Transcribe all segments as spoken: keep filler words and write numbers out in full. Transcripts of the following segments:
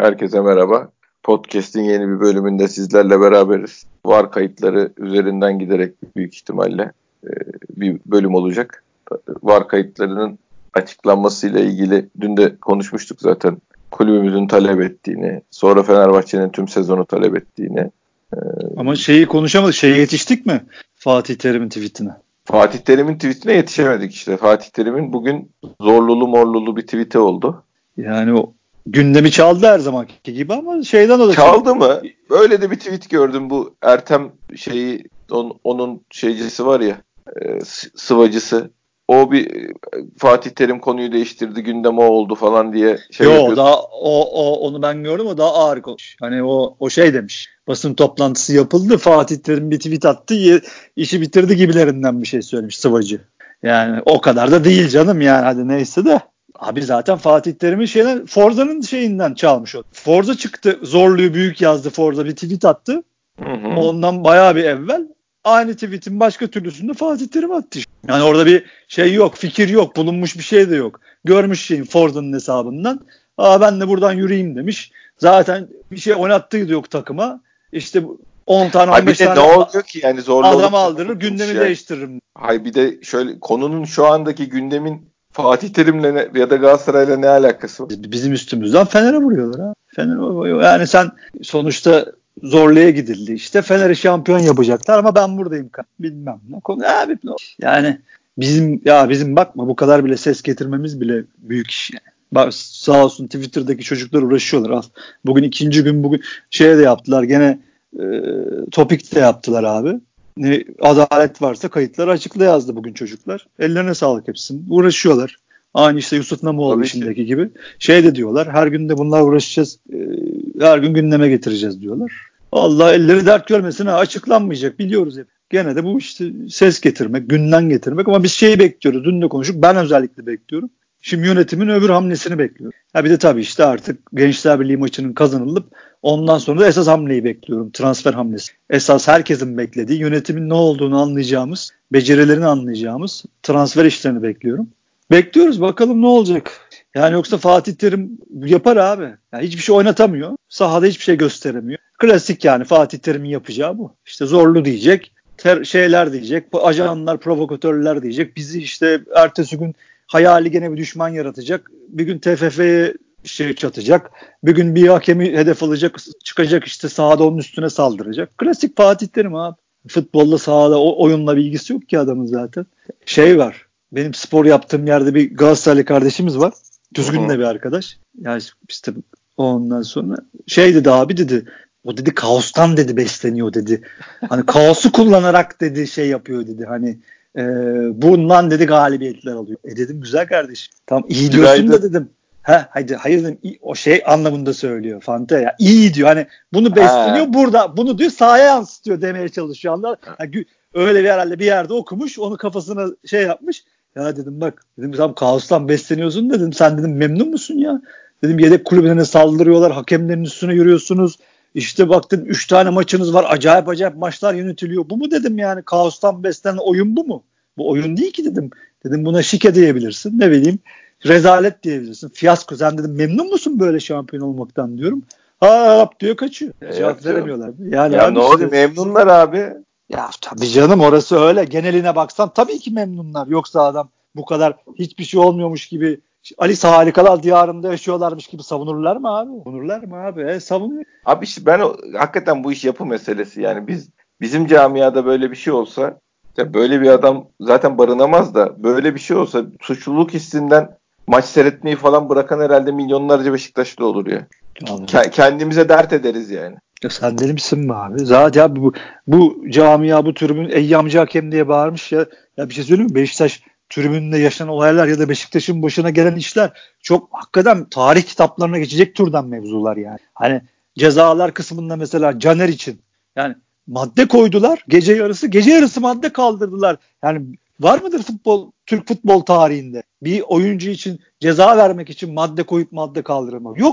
Herkese merhaba. Podcast'in yeni bir bölümünde sizlerle beraberiz. V A R kayıtları üzerinden giderek büyük ihtimalle e, bir bölüm olacak. V A R kayıtlarının açıklanmasıyla ilgili dün de konuşmuştuk zaten. Kulübümüzün talep ettiğini, sonra Fenerbahçe'nin tüm sezonu talep ettiğini. E, Ama şeyi konuşamadık. Şeye yetiştik mi? Fatih Terim'in tweetine. Fatih Terim'in tweetine yetişemedik işte. Fatih Terim'in bugün zorlulu morlulu bir tweeti oldu. Yani o gündemi çaldı her zamanki gibi ama şeyden o da çaldı şey... mı? Böyle de bir tweet gördüm, bu Ertem şeyi on, onun şeycisi var ya, e, sıvacısı. O bir Fatih Terim konuyu değiştirdi, gündem o oldu falan diye şey Yo, yapıyordu. daha o, o onu ben gördüm, o daha ağır konuş. Hani o o şey demiş. Basın toplantısı yapıldı. Fatih Terim bir tweet attı. İşi bitirdi gibilerinden bir şey söylemiş sıvacı. Yani o kadar da değil canım, yani hadi neyse de. Abi zaten Fatih Terim'in şeyden, Forza'nın şeyinden çalmış o. Forza çıktı, zorluğu büyük yazdı, Forza bir tweet attı. Hı hı. Ondan bayağı bir evvel aynı tweetin başka türlüsünde Fatih Terim attı. Yani orada bir şey yok, fikir yok, bulunmuş bir şey de yok. Görmüş şeyin Forza'nın hesabından. Aa, ben de buradan yürüyeyim demiş. Zaten bir şey oynattıydı yok takıma. İşte on tane on beş tane ne oluyor ki yani, zorlu adam aldırır, gündemi yani değiştiririm. Hayır, bir de şöyle, konunun şu andaki gündemin Fatih Terim'le ne, ya da Galatasaray'la ne alakası var? Bizim üstümüzden Fener'e vuruyorlar ha. Fener'e vuruyor. Yani sen sonuçta zorluğa gidildi. İşte Fener'i şampiyon yapacaklar ama ben buradayım. Bilmem ne konu. Abi, yani bizim ya bizim bakma bu kadar bile ses getirmemiz bile büyük iş yani. Bak, sağ olsun Twitter'daki çocuklar uğraşıyorlar. Al. Bugün ikinci gün, bugün şeye de yaptılar. Gene e, topik de yaptılar abi. Ne, adalet varsa kayıtları açıkla yazdı bugün çocuklar. Ellerine sağlık hepsinin. Uğraşıyorlar. Aynı işte Yusuf Namoğlu işindeki gibi. Şey de diyorlar, her gün de bunlar uğraşacağız. E, her gün gündeme getireceğiz diyorlar. Allah elleri dert görmesin ha, açıklanmayacak biliyoruz hep. Gene de bu işte ses getirmek, gündem getirmek, ama biz şeyi bekliyoruz. Dün de konuştuk. Ben özellikle bekliyorum. Şimdi yönetimin öbür hamlesini bekliyorum. Ha bir de tabii işte artık Gençler Birliği maçının kazanılıp ondan sonra da esas hamleyi bekliyorum. Transfer hamlesi. Esas herkesin beklediği, yönetimin ne olduğunu anlayacağımız, becerilerini anlayacağımız transfer işlerini bekliyorum. Bekliyoruz, bakalım ne olacak. Yani yoksa Fatih Terim yapar abi. Yani hiçbir şey oynatamıyor. Sahada hiçbir şey gösteremiyor. Klasik yani Fatih Terim'in yapacağı bu. İşte zorlu diyecek, ter- şeyler diyecek, ajanlar, provokatörler diyecek. Bizi işte ertesi gün hayali gene bir düşman yaratacak. Bir gün T F F'ye şey çatacak. Bir gün bir hakemi hedef alacak, çıkacak işte sahada onun üstüne saldıracak. Klasik Fatih Terim abi. Futbolla, sahada, o oyunla bir ilgisi yok ki adamın zaten. Şey var. Benim spor yaptığım yerde bir Galatasaraylı kardeşimiz var. Düzgün de bir arkadaş. Yani işte ondan sonra şey dedi, abi dedi. O dedi kaostan dedi besleniyor dedi. Hani kaosu kullanarak dedi şey yapıyor dedi. Hani e, bundan dedi galibiyetler alıyor. E dedim güzel kardeşim. Tamam iyi diyorsun da dedim. Ha haydi hayır dedim, o şey anlamında söylüyor Fante ya. İyi diyor. Hani bunu besleniyor ha. Burada bunu diyor sahaya yansıtıyor demeye çalışıyor. Anlar. Yani öyle bir herhalde bir yerde okumuş, onu kafasına şey yapmış. Ya dedim bak dedim tam kaostan besleniyorsun dedim. Sen dedim memnun musun ya? Dedim yedek kulübüne saldırıyorlar. Hakemlerin üstüne yürüyorsunuz. İşte baktın üç tane maçınız var. Acayip acayip maçlar yönetiliyor. Bu mu dedim yani, kaostan beslenen oyun bu mu? Bu oyun değil ki dedim. Dedim buna şike diyebilirsin. Ne bileyim rezalet diyebilirsin. Fiyasko. Sen dedim memnun musun böyle şampiyon olmaktan diyorum. Ha diyor kaçıyor. E, Cevap veremiyorlar. Yani ya abi ne oldu işte, memnunlar abi. Ya tabii canım, orası öyle. Geneline baksan tabii ki memnunlar. Yoksa adam bu kadar hiçbir şey olmuyormuş gibi, Alice Harikalar Diyarı'nda yaşıyorlarmış gibi savunurlar mı abi? Savunurlar mı abi? E, savunuyor. Abi işte ben o, hakikaten bu iş yapı meselesi yani. Biz bizim camiada böyle bir şey olsa, böyle bir adam zaten barınamaz da, böyle bir şey olsa suçluluk hissinden maç seyretmeyi falan bırakan herhalde milyonlarca Beşiktaşlı olur ya. Ke- kendimize dert ederiz yani. Ya sen deli misin mi abi? Zaten abi bu, bu camia, bu tribün eyyamcı hakem diye bağırmış ya. Ya bir şey söyleyeyim mi? Beşiktaş tribününde yaşanan olaylar ya da Beşiktaş'ın başına gelen işler çok hakikaten tarih kitaplarına geçecek türden mevzular yani. Hani cezalar kısmında mesela Caner için yani madde koydular gece yarısı, gece yarısı madde kaldırdılar. Yani var mıdır futbol, Türk futbol tarihinde bir oyuncu için ceza vermek için madde koyup madde kaldırmak? Yoktur.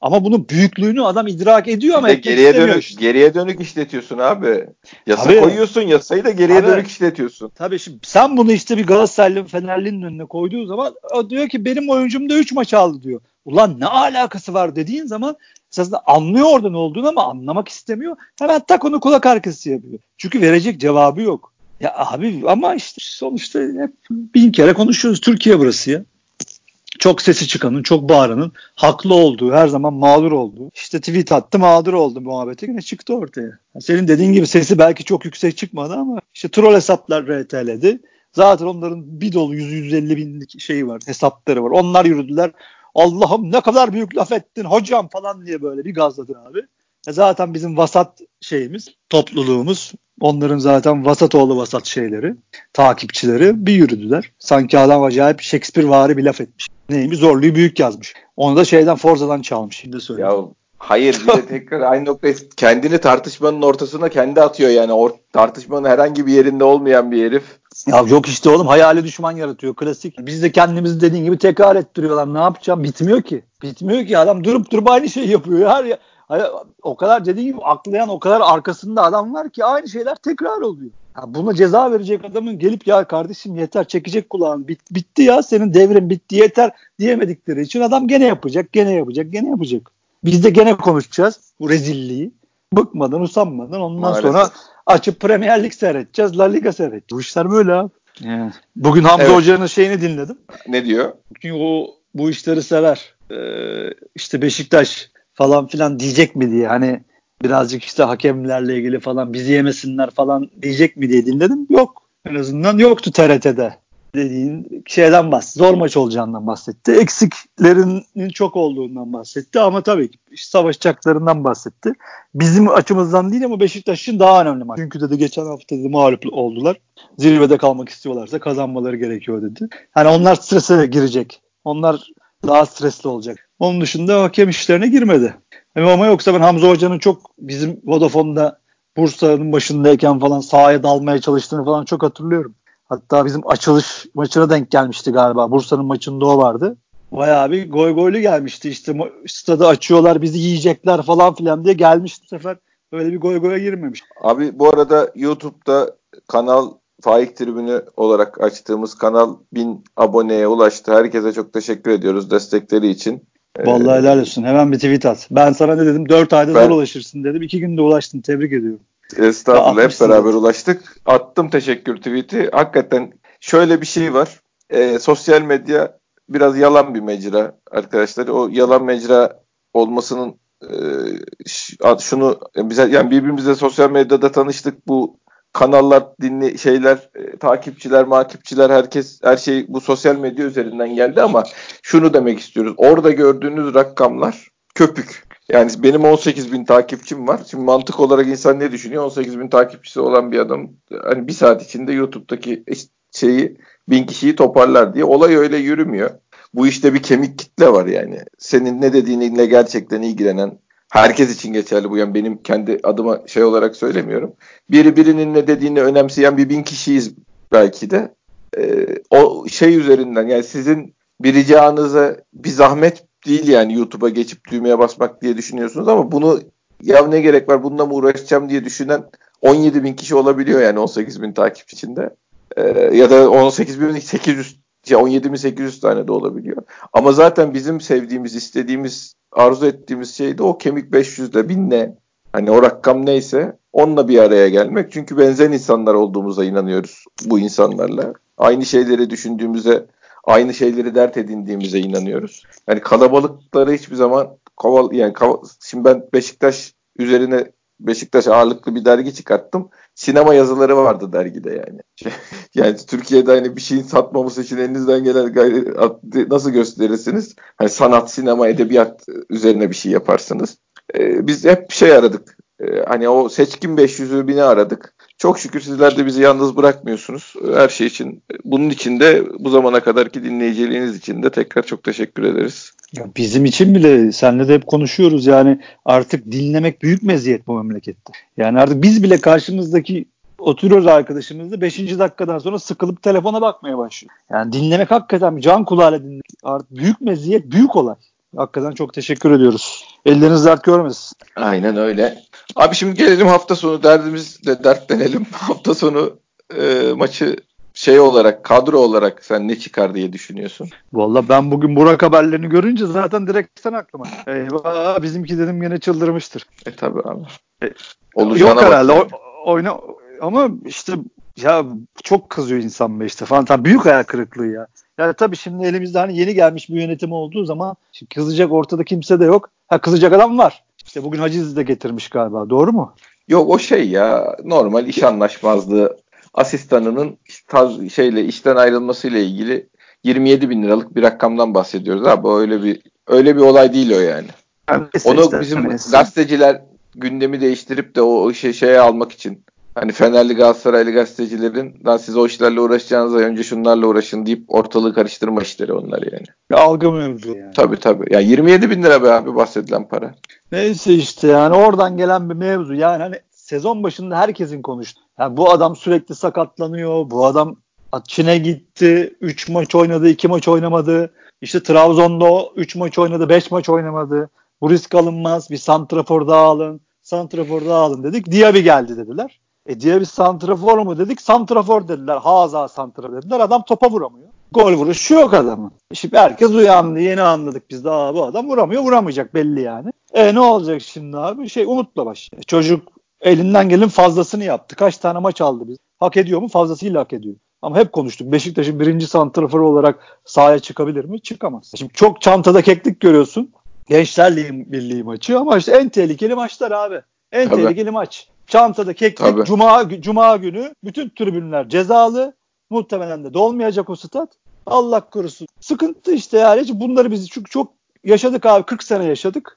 Ama bunun büyüklüğünü adam idrak ediyor ama Bir de etmek geriye istemiyor dönük işte. geriye dönük işletiyorsun abi. Yasa Tabii. koyuyorsun, yasayı da geriye Tabii. dönük işletiyorsun. Tabii şimdi sen bunu işte bir Galatasaraylı Fenerli'nin önüne koyduğu zaman o diyor ki benim oyuncum da üç maç aldı diyor. Ulan ne alakası var dediğin zaman esasında anlıyor orada ne olduğunu ama anlamak istemiyor. Hemen tak onu kulak arkası yapıyor. Çünkü verecek cevabı yok. Ya abi ama işte sonuçta hep bin kere konuşuyoruz. Türkiye burası ya. Çok sesi çıkanın, çok bağıranın haklı olduğu, her zaman mağdur olduğu. İşte tweet attı mağdur oldu muhabbeti yine çıktı ortaya. Senin dediğin gibi sesi belki çok yüksek çıkmadı ama işte troll hesaplar R T L'di. Zaten onların bir dolu yüz yüz elli binlik şeyi var, hesapları var. Onlar yürüdüler. Allah'ım ne kadar büyük laf ettin hocam falan diye böyle bir gazladı abi. E zaten bizim vasat şeyimiz, topluluğumuz, onların zaten vasatoğlu vasat şeyleri, takipçileri bir yürüdüler. Sanki adam acayip Shakespearevari bir laf etmiş. Neymiş? Zorlu'yu büyük yazmış. Onu da şeyden Forza'dan çalmış. Şimdi söyleyeyim. Ya hayır bir de tekrar aynı noktaya kendini tartışmanın ortasına kendi atıyor yani. Or- tartışmanın herhangi bir yerinde olmayan bir herif. Ya yok işte oğlum hayali düşman yaratıyor klasik. Biz de kendimizi dediğin gibi tekrar ettiriyorlar. Ne yapacağım? Bitmiyor ki. Bitmiyor ki adam durup durup aynı şeyi yapıyor. Her ya, o kadar dediğin gibi aklayan o kadar arkasında adam var ki aynı şeyler tekrar oluyor. Ya buna ceza verecek adamın gelip ya kardeşim yeter çekecek kulağını bit, bitti ya senin devrin bitti yeter diyemedikleri için adam gene yapacak gene yapacak gene yapacak. Biz de gene konuşacağız bu rezilliği. Bıkmadan usanmadan ondan Maalesef. sonra açıp Premier Lig seyredeceğiz, La Liga seyredeceğiz. Bu işler böyle abi. Yani. Bugün Hamza Evet. Hoca'nın şeyini dinledim. Ne diyor? Çünkü o bu işleri sever. Ee, işte Beşiktaş falan filan diyecek mi diye hani birazcık işte hakemlerle ilgili falan bizi yemesinler falan diyecek mi diye dinledim. Yok. En azından yoktu T R T'de dediğin şeyden bahsetti. Zor maç olacağından bahsetti. Eksiklerinin çok olduğundan bahsetti ama tabii ki savaşacaklarından bahsetti. Bizim açımızdan değil ama Beşiktaş için daha önemli maç. Çünkü dedi geçen hafta dedi mağlup oldular. Zirvede kalmak istiyorlarsa kazanmaları gerekiyor dedi. Hani onlar strese girecek. Onlar daha stresli olacak. Onun dışında hakem işlerine girmedi. Ama yoksa ben Hamza Hoca'nın çok bizim Vodafone'da Bursa'nın başındayken falan sahaya dalmaya çalıştığını falan çok hatırlıyorum. Hatta bizim açılış maçına denk gelmişti galiba. Bursa'nın maçında o vardı. Bayağı bir goy goylu gelmişti. İşte stadı açıyorlar bizi yiyecekler falan filan diye gelmişti bu sefer. Böyle bir goy goya girmemiş. Abi bu arada YouTube'da kanal Faik Tribünü olarak açtığımız kanal bin aboneye ulaştı. Herkese çok teşekkür ediyoruz destekleri için. Vallahi helal olsun. Hemen bir tweet at. Ben sana ne dedim? dört ayda Ben, zor ulaşırsın dedim. iki günde ulaştın. Tebrik ediyorum. Estağfurullah hep beraber zaten ulaştık. Attım teşekkür tweet'i. Hakikaten şöyle bir şey var. E, sosyal medya biraz yalan bir mecra arkadaşlar. O yalan mecra olmasının e, şunu bize yani birbirimizle sosyal medyada tanıştık. Bu kanallar, dinli şeyler, e, takipçiler, makipçiler herkes her şey bu sosyal medya üzerinden geldi ama şunu demek istiyoruz. Orada gördüğünüz rakamlar köpük. Yani benim on sekiz bin takipçim var. Şimdi mantık olarak insan ne düşünüyor? on sekiz bin takipçisi olan bir adam hani bir saat içinde YouTube'daki şeyi bin kişiyi toparlar diye. Olay öyle yürümüyor. Bu işte bir kemik kitle var yani. Senin ne dediğinle gerçekten ilgilenen, herkes için geçerli bu. Yani benim kendi adıma şey olarak söylemiyorum. Biri birinin ne dediğini önemseyen bir bin kişiyiz belki de. Ee, o şey üzerinden yani sizin bir ricanıza bir zahmet değil yani YouTube'a geçip düğmeye basmak diye düşünüyorsunuz ama bunu ya ne gerek var bununla mı uğraşacağım diye düşünen on yedi bin kişi olabiliyor yani on sekiz bin takipçi içinde. Ee, ya da on sekiz bin sekiz yüz on yedi bin sekiz yüz tane de olabiliyor. Ama zaten bizim sevdiğimiz, istediğimiz, arzu ettiğimiz şey de o kemik beş yüzle binle hani o rakam neyse onunla bir araya gelmek. Çünkü benzer insanlar olduğumuza inanıyoruz bu insanlarla. Aynı şeyleri düşündüğümüze, aynı şeyleri dert edindiğimize inanıyoruz. Yani kalabalıkları hiçbir zaman koval yani kaval, şimdi ben Beşiktaş üzerine Beşiktaş ağırlıklı bir dergi çıkarttım. Sinema yazıları vardı dergide yani. Yani Türkiye'de hani bir şeyin satmaması için elinizden gelen gayret nasıl gösterirsiniz? Hani sanat, sinema, edebiyat üzerine bir şey yaparsınız. Ee, biz hep şey aradık. Ee, hani o seçkin beş yüzü bini aradık. Çok şükür sizler de bizi yalnız bırakmıyorsunuz. Her şey için. Bunun için de bu zamana kadarki dinleyiciliğiniz için de tekrar çok teşekkür ederiz. Ya bizim için bile seninle de hep konuşuyoruz yani artık dinlemek büyük meziyet bu memlekette. Yani artık biz bile karşımızdaki oturuyoruz arkadaşımızla beşinci dakikadan sonra sıkılıp telefona bakmaya başlıyor. Yani dinlemek hakikaten can kulağıyla dinlemek artık büyük meziyet, büyük olay. Hakikaten çok teşekkür ediyoruz. Elleriniz dert görmesin. Aynen öyle. Abi şimdi gelelim hafta sonu derdimiz de dertlenelim. Hafta sonu e, maçı şey olarak, kadro olarak sen ne çıkar diye düşünüyorsun? Valla ben bugün Burak haberlerini görünce zaten direkt sen aklıma. Eyvah bizimki dedim yine çıldırmıştır. E tabi abi. E, Olacağına Yok bak herhalde yani. o, oyna ama işte ya çok kızıyor insan be işte falan. Tabii büyük hayal kırıklığı ya. Yani tabii şimdi elimizde hani yeni gelmiş bir yönetim olduğu zaman şimdi kızacak ortada kimse de yok. Ha kızacak adam var. İşte bugün Haciz de getirmiş galiba. Doğru mu? Yok o şey ya normal iş anlaşmazlığı asistanının taz, şeyle işten ayrılmasıyla ilgili yirmi yedi bin liralık bir rakamdan bahsediyoruz abi. Öyle bir öyle bir olay değil o yani. Yani neyse Onu işte bizim neyse. gazeteciler gündemi değiştirip de o şey şeye almak için hani Fenerli Galatasaraylı gazetecilerin lan siz o işlerle uğraşacağınıza önce şunlarla uğraşın deyip ortalığı karıştırma işleri onlar yani. Bir algı mevzu yani. Tabii tabii. Ya yirmi yedi bin lira be abi bahsedilen para. Neyse işte yani oradan gelen bir mevzu. Yani hani sezon başında herkesin konuştu. Yani bu adam sürekli sakatlanıyor. Bu adam Çin'e gitti. üç maç oynadı, iki maç oynamadı. İşte Trabzon'da üç maç oynadı, beş maç oynamadı. Bu risk alınmaz. Bir santrafor daha alın. Santrafor daha alın dedik. Diaby geldi dediler. E Diaby santrafor mu dedik? Santrafor dediler. Haza santrafor dediler. Adam topa vuramıyor. Gol vuruşu yok adamın. Şimdi herkes uyandı. Yeni anladık biz de. Aa, bu adam vuramıyor. Vuramayacak belli yani. E ne olacak şimdi abi? Şey umutla başlıyor. Çocuk elinden gelenin fazlasını yaptı. Kaç tane maç aldı biz. Hak ediyor mu? Fazlasıyla hak ediyor. Ama hep konuştuk. Beşiktaş'ın birinci santraforu olarak sahaya çıkabilir mi? Çıkamaz. Şimdi çok çantada keklik görüyorsun. Gençler Birliği maçı ama işte en tehlikeli maçlar abi. En Tabii. tehlikeli maç. Çantada keklik. Tabii. Cuma, Cuma günü bütün tribünler cezalı. Muhtemelen de dolmayacak o stat. Allah korusun. Sıkıntı işte yani. Bunları biz çünkü çok yaşadık abi. kırk sene yaşadık.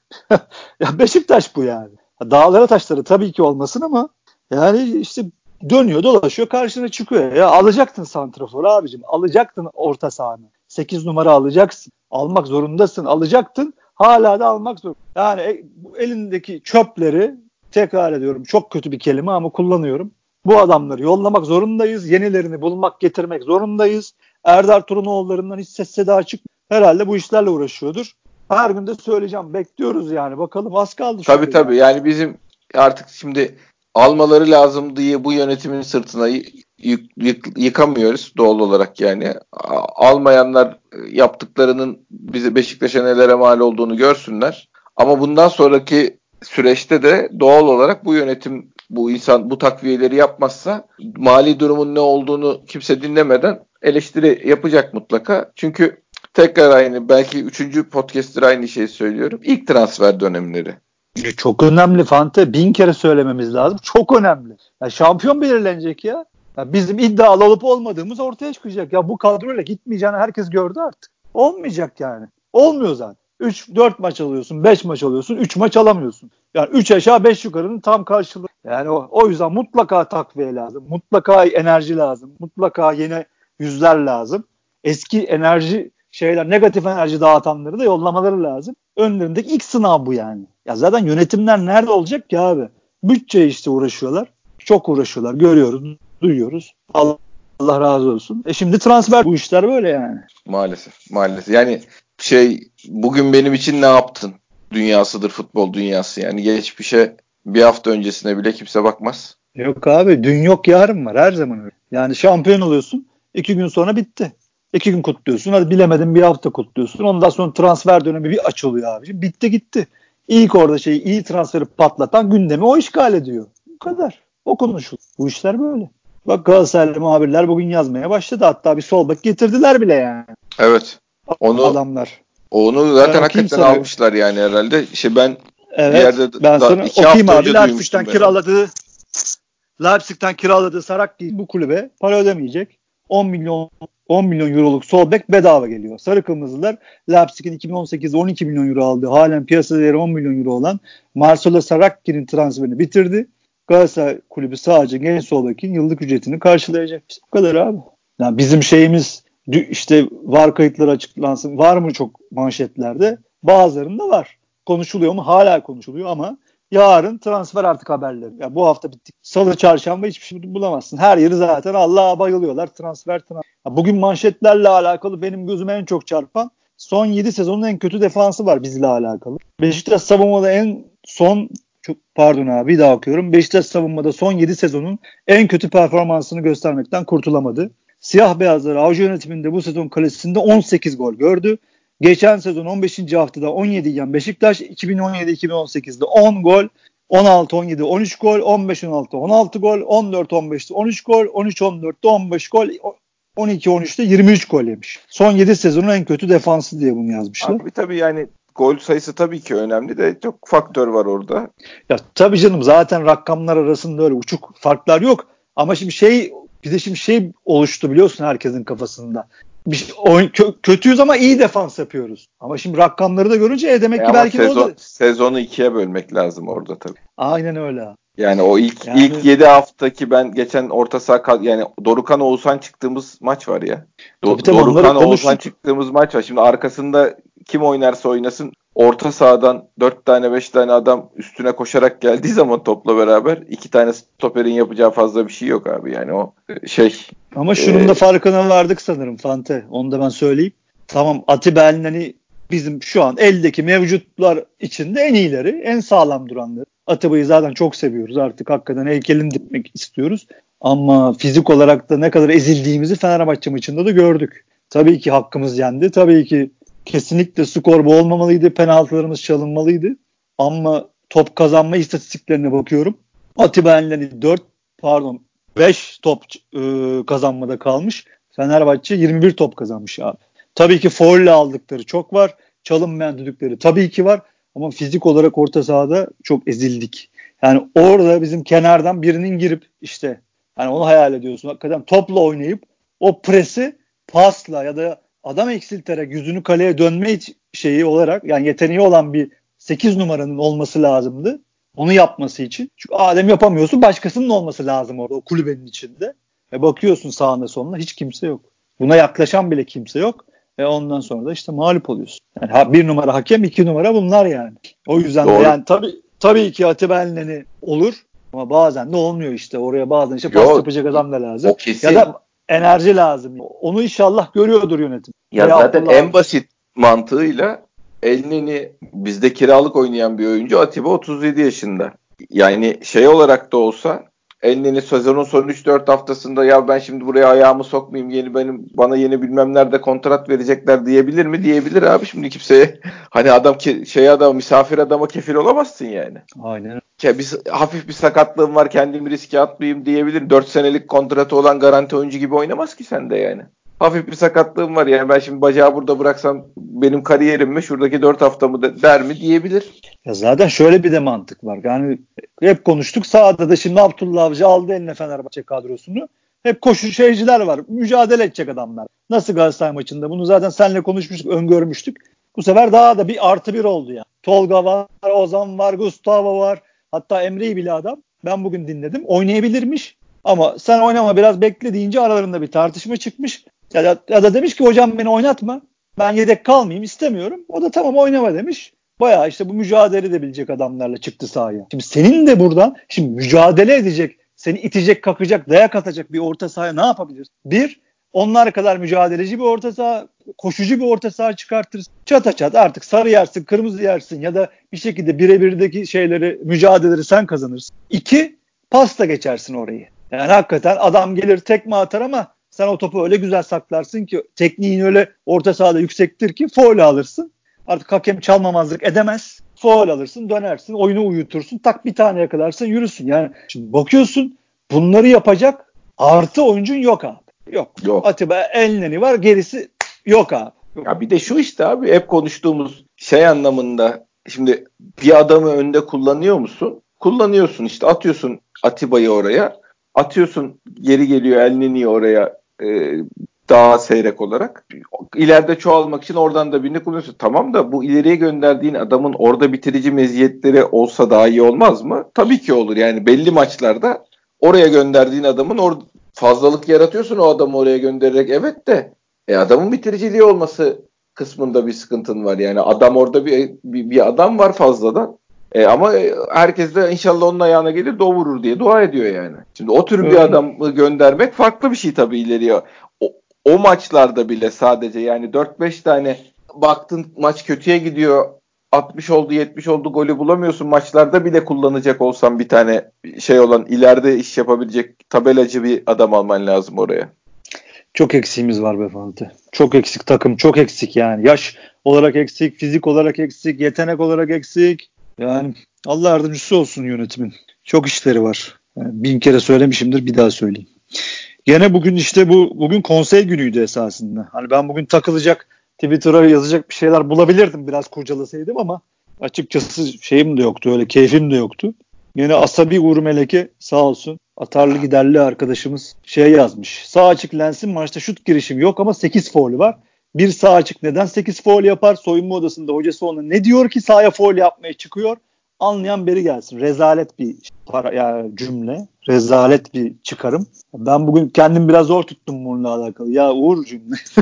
Ya Beşiktaş bu yani. Dağlara taşları tabii ki olmasın ama yani işte dönüyor dolaşıyor karşına çıkıyor. Ya alacaktın santraforu abicim. Alacaktın orta sahanı. sekiz numara alacaksın. Almak zorundasın. Alacaktın. Hala da almak zor. Yani e, bu elindeki çöpleri tekrar ediyorum. Çok kötü bir kelime ama kullanıyorum. Bu adamları yollamak zorundayız. Yenilerini bulmak, getirmek zorundayız. Erdar Turunoğulları'ndan hiç ses seda çık. Herhalde bu işlerle uğraşıyordur. Her gün de söyleyeceğim. Bekliyoruz yani. Bakalım az kaldı Tabii şurada. tabii. Yani bizim artık şimdi almaları lazım diye bu yönetimin sırtına yık, yık, yıkamıyoruz doğal olarak yani. Almayanlar yaptıklarının bize Beşiktaş'a nelere mal olduğunu görsünler. Ama bundan sonraki süreçte de doğal olarak bu yönetim bu insan bu takviyeleri yapmazsa mali durumun ne olduğunu kimse dinlemeden eleştiri yapacak mutlaka. Çünkü tekrar aynı belki üçüncü podcast'tir aynı şeyi söylüyorum. İlk transfer dönemleri. Çok önemli Fante. Bin kere söylememiz lazım. Çok önemli. Ya şampiyon belirlenecek ya. Ya bizim iddialı olup olmadığımız ortaya çıkacak. Ya bu kadroyla gitmeyeceğini herkes gördü artık. Olmayacak yani. Olmuyor zaten. üç dört maç alıyorsun, beş maç alıyorsun, üç maç alamıyorsun. Yani üç aşağı beş yukarının tam karşılığı. Yani o, o yüzden mutlaka takviye lazım. Mutlaka enerji lazım. Mutlaka yeni yüzler lazım. Eski enerji şeyler, negatif enerji dağıtanları da yollamaları lazım. Önlerindeki ilk sınav bu yani. Ya zaten yönetimler nerede olacak ki abi? Bütçe işte uğraşıyorlar. Çok uğraşıyorlar. Görüyoruz, duyuyoruz. Allah, Allah razı olsun. E şimdi transfer bu işler böyle yani. Maalesef. Maalesef. Yani şey bugün benim için ne yaptın? Dünyasıdır futbol dünyası. Yani geçmişe bir hafta öncesine bile kimse bakmaz. Yok abi dün yok yarın var her zaman öyle. Yani şampiyon oluyorsun. iki gün sonra bitti. İki gün kutluyorsun. Hadi bilemedin bir hafta kutluyorsun. Ondan sonra transfer dönemi bir açılıyor abi. Bitti gitti. İlk orada şeyi iyi transferi patlatan gündemi o işgal ediyor. Bu kadar. O konuşulur. Bu işler böyle. Bak Galatasaraylı muhabirler bugün yazmaya başladı. Hatta bir sol bek getirdiler bile yani. Evet. Onu Adamlar. onu Ben zaten okuyayım hakikaten sana. almışlar yani herhalde. İşte ben bir Evet. yerde Ben da sana iki okuyayım hafta abi. önce Leipzig'ten duymuştum ben onu. kiraladığı Leipzig'ten kiraladığı Saracchi bu kulübe para ödemeyecek. on milyon on milyon euroluk sol bek bedava geliyor. Sarı Kırmızılar Leipzig'in iki bin on sekizde on iki milyon euro aldığı halen piyasa değeri on milyon euro olan Marcelo Saracchi'nin transferini bitirdi. Galatasaray kulübü sadece genç sol bekin yıllık ücretini karşılayacak. İşte bu kadar abi. Yani bizim şeyimiz işte var kayıtları açıklansın. Var mı çok manşetlerde? Bazılarında var. Konuşuluyor mu? Hala konuşuluyor ama yarın transfer artık haberleri. Ya bu hafta bittik. Salı, çarşamba hiçbir şey bulamazsın. Her yeri zaten Allah'a bayılıyorlar. Transfer transfer. Ya bugün manşetlerle alakalı benim gözüme en çok çarpan son yedi sezonun en kötü defansı var bizle alakalı. Beşiktaş savunmada en son çok pardon abi bir daha okuyorum. Beşiktaş savunmada son yedi sezonun en kötü performansını göstermekten kurtulamadı. Siyah beyazları Avcı yönetiminde bu sezon kalesinde on sekiz gol gördü. Geçen sezon on beşinci haftada on yedi yiyen Beşiktaş iki bin on yedi iki bin on sekizde on gol, on altı on yedi on üç gol, on beş on altı on altı gol, on dört on beşte on üç gol, on üç on dörtte on beş gol, on iki on üçte yirmi üç gol yemiş. Son yedi sezonun en kötü defansı diye bunu yazmışlar. Abi tabii yani gol sayısı tabii ki önemli de çok faktör var orada. Ya tabii canım zaten rakamlar arasında öyle uçuk farklar yok. Ama şimdi şey bir de şimdi şey oluştu biliyorsun herkesin kafasında. Bir, oyun, kö, kötüyüz ama iyi defans yapıyoruz. Ama şimdi rakamları da görünce e demek e ki belki sezon, de o da... Sezonu ikiye bölmek lazım orada tabii. Aynen öyle. Yani o ilk yani... ilk yedi haftaki ben geçen orta saha yani Dorukhan Oğuzhan çıktığımız maç var ya. Do- tabii, tabii, Dorukhan Oğuzhan çıktığımız maç var. Şimdi arkasında kim oynarsa oynasın orta sahadan dört tane beş tane adam üstüne koşarak geldiği zaman topla beraber iki tane stoperin yapacağı fazla bir şey yok abi. Yani o şey. Ama şunun e... da farkına vardık sanırım Fante. Onu da ben söyleyeyim. Tamam Atiba Elneny bizim şu an eldeki mevcutlar içinde en iyileri, en sağlam duranları. Atiba'yı zaten çok seviyoruz artık. Hakikaten heykelini dikmek istiyoruz. Ama fizik olarak da ne kadar ezildiğimizi Fenerbahçe maçında da gördük. Tabii ki hakkımız yendi. Tabii ki kesinlikle skor bu olmamalıydı. Penaltılarımız çalınmalıydı. Ama top kazanma istatistiklerine bakıyorum. Atiba Elneny dört pardon beş top e, kazanmada kalmış. Fenerbahçe yirmi bir top kazanmış abi. Tabii ki faulle aldıkları çok var. Çalınmayan düdükleri tabii ki var. Ama fizik olarak orta sahada çok ezildik. Yani orada bizim kenardan birinin girip işte hani onu hayal ediyorsun. Hakikaten topla oynayıp o presi pasla ya da adam eksilterek yüzünü kaleye dönme şeyi olarak yani yeteneği olan bir sekiz numaranın olması lazımdı. Onu yapması için. Çünkü Adem yapamıyorsun. Başkasının olması lazım orada o kulübenin içinde. E bakıyorsun sağına soluna hiç kimse yok. Buna yaklaşan bile kimse yok. Ve ondan sonra da işte mağlup oluyorsun. Yani ha, bir numara hakem, iki numara bunlar yani. O yüzden Doğru. de yani tabii tabii ki Atiba Elneny olur ama bazen de olmuyor işte. Oraya bazen işte pas yapacak adam da lazım. Ya da enerji lazım. Onu inşallah görüyordur yönetim. Ya Veya zaten Abdullah en abi. basit mantığıyla Elneny bizde kiralık oynayan bir oyuncu. Atiba otuz yedi yaşında. Yani şey olarak da olsa Elneny sezonun son üç dört haftasında ya ben şimdi buraya ayağımı sokmayayım yeni benim bana yeni bilmem nerede kontrat verecekler diyebilir mi? Diyebilir abi şimdi kimseye hani adam ki şey adam misafir adama kefil olamazsın yani. Aynen. Ya bir, hafif bir sakatlığım var kendimi riske atmayayım diyebilir. dört senelik kontratı olan garanti oyuncu gibi oynamaz ki sende yani. Hafif bir sakatlığım var yani ben şimdi bacağı burada bıraksam benim kariyerim mi şuradaki dört haftamı da der mi diyebilir. Ya zaten şöyle bir de mantık var. Yani hep konuştuk sahada da şimdi Abdullah Avcı aldı eline Fenerbahçe kadrosunu. Hep koşu şeyciler var. Mücadele edecek adamlar. Nasıl Galatasaray maçında? Bunu zaten seninle konuşmuştuk, öngörmüştük. Bu sefer daha da bir artı bir oldu ya. Tolga var, Ozan var, Gustavo var. Hatta Emre'yi bile adam. Ben bugün dinledim. Oynayabilirmiş. Ama sen oynama biraz bekle deyince aralarında bir tartışma çıkmış. Ya da, ya da demiş ki hocam beni oynatma. Ben yedek kalmayayım istemiyorum. O da tamam oynama demiş. Bayağı işte bu mücadele edebilecek adamlarla çıktı sahaya. Şimdi senin de buradan şimdi mücadele edecek, seni itecek, kakacak, dayak atacak bir orta sahaya ne yapabilirsin? Bir, onlar kadar mücadeleci bir orta saha, koşucu bir orta saha çıkartırsın. Çata çat artık sarı yersin, kırmızı yersin ya da bir şekilde birebirdeki şeyleri, mücadeleleri sen kazanırsın. İki, pasta geçersin orayı. Yani hakikaten adam gelir tekme atar ama sen o topu öyle güzel saklarsın ki tekniğin öyle orta sahada yüksektir ki faul alırsın. Artık hakem çalmamazlık edemez. Faul alırsın, dönersin, oyunu uyutursun, tak bir tane yakalarsın, yürüsün. Yani şimdi bakıyorsun bunları yapacak artı oyuncun yok abi. Yok. yok. Atiba Elneny var, gerisi yok abi. Yok. Ya bir de şu işte abi hep konuştuğumuz şey anlamında şimdi bir adamı önde kullanıyor musun? Kullanıyorsun işte atıyorsun Atiba'yı oraya. Atıyorsun geri geliyor Elneny'yi oraya e, daha seyrek olarak. İleride çoğalmak için oradan da birini kullanıyorsun. Tamam da bu ileriye gönderdiğin adamın orada bitirici meziyetleri olsa daha iyi olmaz mı? Tabii ki olur. Yani belli maçlarda oraya gönderdiğin adamın or- fazlalık yaratıyorsun o adamı oraya göndererek. Evet de e adamın bitiriciliği olması kısmında bir sıkıntın var. Yani adam orada bir bir, bir adam var fazladan. E ama herkes de inşallah onun ayağına gelir de o vurur diye dua ediyor yani. Şimdi o tür bir adamı göndermek farklı bir şey tabii ileriye. O, o maçlarda bile sadece yani dört beş tane baktın maç kötüye gidiyor. altmış oldu yetmiş oldu golü bulamıyorsun. Maçlarda bile kullanacak olsan bir tane şey olan ileride iş yapabilecek tabelacı bir adam alman lazım oraya. Çok eksiğimiz var be Fatih. Çok eksik takım. Çok eksik yani. Yaş olarak eksik. Fizik olarak eksik. Yetenek olarak eksik. Yani Allah yardımcısı olsun yönetimin. Çok işleri var. Yani bin kere söylemişimdir. Bir daha söyleyeyim. Gene bugün işte bu bugün konsey günüydü esasında. Hani ben bugün takılacak Twitter'a yazacak bir şeyler bulabilirdim biraz kurcalasaydım ama açıkçası şeyim de yoktu. Öyle keyfim de yoktu. Yine asabi Uğur Meleke sağ olsun. Atarlı giderli arkadaşımız şey yazmış. Sağ açık Lens'in maçta şut girişimi yok ama sekiz faulü var. Bir sağ açık neden sekiz faul yapar? Soyunma odasında hocası ona ne diyor ki sahaya faul yapmaya çıkıyor? Anlayan beri gelsin. Rezalet bir para, yani cümle. Rezalet bir çıkarım. Ben bugün kendim biraz zor tuttum bununla alakalı. Ya Uğur cümlesi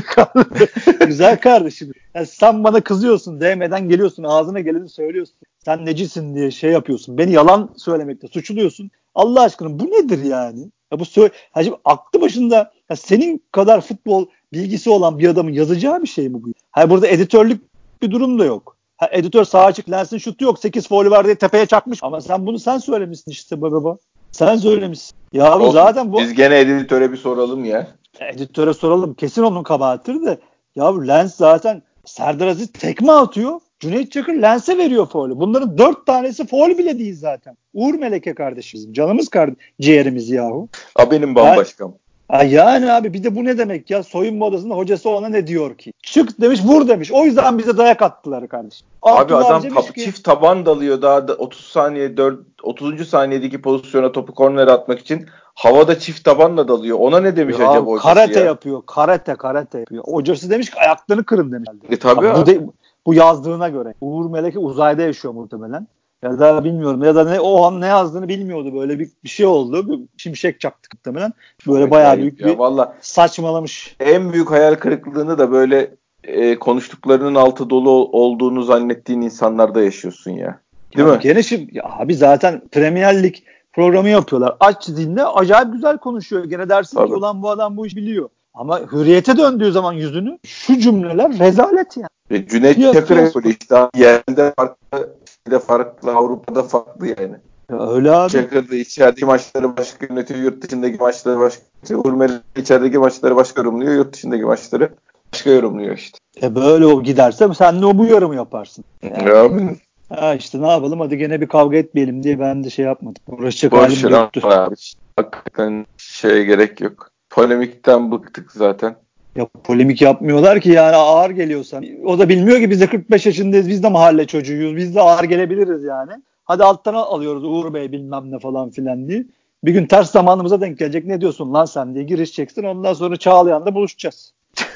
güzel kardeşim. Yani sen bana kızıyorsun. Değmeden geliyorsun. Ağzına geleni söylüyorsun. Sen necisin diye şey yapıyorsun. Beni yalan söylemekte suçluyorsun. Allah aşkına bu nedir yani? Ya bu sö- ya şimdi aklı başında ya senin kadar futbol bilgisi olan bir adamın yazacağı bir şey mi bu? Hayır, burada editörlük bir durum da yok. Ha, editör sağ açık Lens'in şutu yok. sekiz faulü var diye tepeye çakmış. Ama sen bunu sen söylemişsin işte baba. Sen söylemişsin. Ya bu zaten bu Biz gene editöre bir soralım ya. editöre soralım. Kesin onun kabahatidir de. Ya bu Lens zaten Serdar Aziz tekme atıyor. Cüneyt Çakır Lens'e veriyor faulü. Bunların dört tanesi faul bile değil zaten. Uğur Meleke kardeşimiz. Canımız kardeş. Ciğerimiz yahu. A benim bambaşkam. Ha yani abi bir de bu ne demek ya? Soyunma odasında hocası ona ne diyor ki? Çık demiş, vur demiş. O yüzden bize dayak attılar kardeşim. Abi Abdullah adam demiş tab- ki, çift taban dalıyor daha da otuz saniye dört otuzuncu saniyedeki pozisyona topu korner atmak için havada çift tabanla dalıyor. Ona ne demiş ya acaba hocası karate ya? yapıyor. Karate karate yapıyor. Hocası demiş ki ayaklarını kırın demiş. E tabii Ha, bu, abi. de, bu yazdığına göre. Uğur Meleke uzayda yaşıyor muhtemelen. Ya da bilmiyorum ya da ne o an ne yazdığını bilmiyordu. Böyle bir, bir şey oldu. Bir şimşek çaktı muhtemelen. Böyle Çok bayağı acayip büyük ya. bir Valla saçmalamış. en büyük hayal kırıklığını da böyle e, konuştuklarının altı dolu olduğunu zannettiğin insanlarda yaşıyorsun ya. Değil Ya mi? gene şimdi ya abi zaten Premier Lig programı yapıyorlar. Aç dinle acayip güzel konuşuyor. Gene dersin Tabii. ki ulan bu adam bu iş biliyor. Ama hürriyete döndüğü zaman yüzünü şu cümleler rezalet yani. Ve Cüneyt Fiyat Çakır fiyat. öyle işte. Yerinde farklı, de farklı, Avrupa'da farklı yani. Ya öyle abi. Çakır da içerideki maçları başka yönetiyor, yurt dışındaki maçları başka yönetiyor. Urmeli içerideki maçları başka yorumluyor, yurt dışındaki maçları başka yorumluyor işte. E böyle o giderse sen de o bu yorumu yaparsın. Yani, Ya abi. ha işte ne yapalım hadi gene bir kavga etmeyelim diye ben de şey yapmadım. Uğraşacak Boş halim ver yoktu. abi. Hakikaten şeye gerek yok. Polemikten bıktık zaten. Ya polemik yapmıyorlar ki yani ağır geliyorsan. O da bilmiyor ki biz de kırk beş yaşındayız. Biz de mahalle çocuğuyuz. Biz de ağır gelebiliriz yani. Hadi alttan alıyoruz Uğur Bey bilmem ne falan filan diye. Bir gün ters zamanımıza denk gelecek. Ne diyorsun lan sen diye girişeceksin. Ondan sonra Çağlayan'da buluşacağız.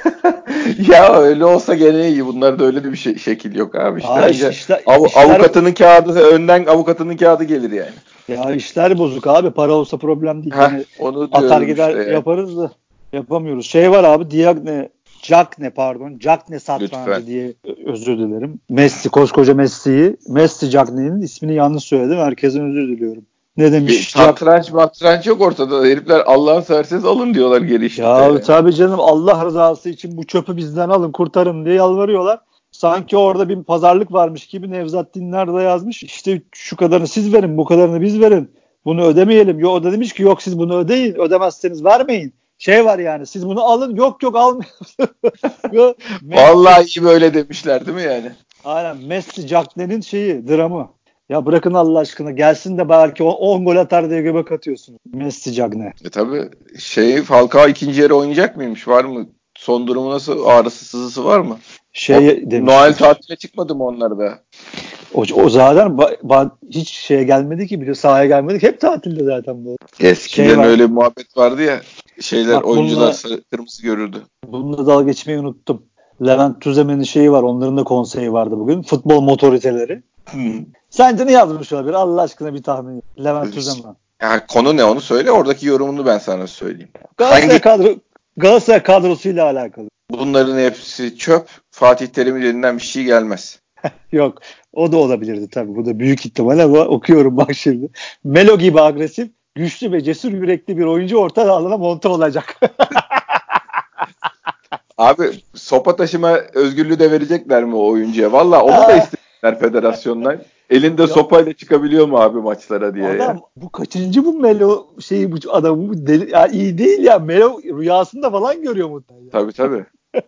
Ya öyle olsa gene iyi. Bunlarda öyle bir şey, şekil yok abi. İşte Aa, iş, önce işler, av, işler, avukatının kağıdı, önden avukatının kağıdı gelir yani. ya işler bozuk abi. Para olsa problem değil. Heh, Gene onu atar diyorum gider işte yani. yaparız da yapamıyoruz. Şey var abi Diagne Cagne pardon. Cagne satrancı Lütfen. diye özür dilerim. Messi koskoca Messi'yi Messi Cagne'nin ismini yanlış söyledim. Herkesten özür diliyorum. Ne Bir demiş? satranç matranç yok ortada. Herifler Allah'ın serseniz alın diyorlar geri işte. Ya Yani. tabii canım Allah rızası için bu çöpü bizden alın kurtarın diye yalvarıyorlar. Sanki orada bir pazarlık varmış gibi Nevzat Dinler de yazmış. İşte şu kadarını siz verin bu kadarını biz verin. Bunu ödemeyelim. Yo, o da demiş ki yok siz bunu ödeyin. Ödemezseniz vermeyin. Şey var yani siz bunu alın. Yok yok almayın. Vallahi iyi böyle demişler değil mi yani? Aynen Messi Cagney'in şeyi dramı. Ya bırakın Allah aşkına gelsin de belki on gol atar diye göbek atıyorsun. Messi Cagney. E tabii şey Falcao ikinci yarı oynayacak mıymış? Var mı? Son durumu nasıl? Ağrısı sızısı var mı? Şey O, demişler. Noel tatiline çıkmadı mı onlar da? O, o zaten ba, ba, hiç şeye gelmedi ki bile sahaya gelmedik. Hep tatilde zaten bu. Eskiden Şey var. öyle bir muhabbet vardı ya. Şeyler Bak oyuncular bununla, sarı, kırmızı görürdü. bununla dalga geçmeyi unuttum. Levent Tüzemen'in şeyi var. Onların da konseyi vardı bugün. Futbol motoriteleri. Hmm. Sence ne yazmış olabilir? Allah aşkına bir tahmin et. Levent Tüzemen. Yani konu ne onu söyle. Oradaki yorumunu ben sana söyleyeyim. Galatasaray Hangi kadro Galatasaray kadrosuyla alakalı. bunların hepsi çöp. Fatih Terim'in elinden bir şey gelmez. Yok. O da olabilirdi tabii. Bu da büyük ihtimal ama okuyorum bak şimdi. Melo gibi agresif, güçlü ve cesur yürekli bir oyuncu orta alana monte olacak. Abi sopa taşıma özgürlüğü de verecekler mi o oyuncuya? Valla onu da istediler federasyondan. Elinde sopayla çıkabiliyor mu abi maçlara diye adam, ya. Bu kaçıncı bu Melo şeyi, bu adamı bu deli, ya iyi değil ya. Melo rüyasında falan görüyor muhtemelen. Tabii tabii.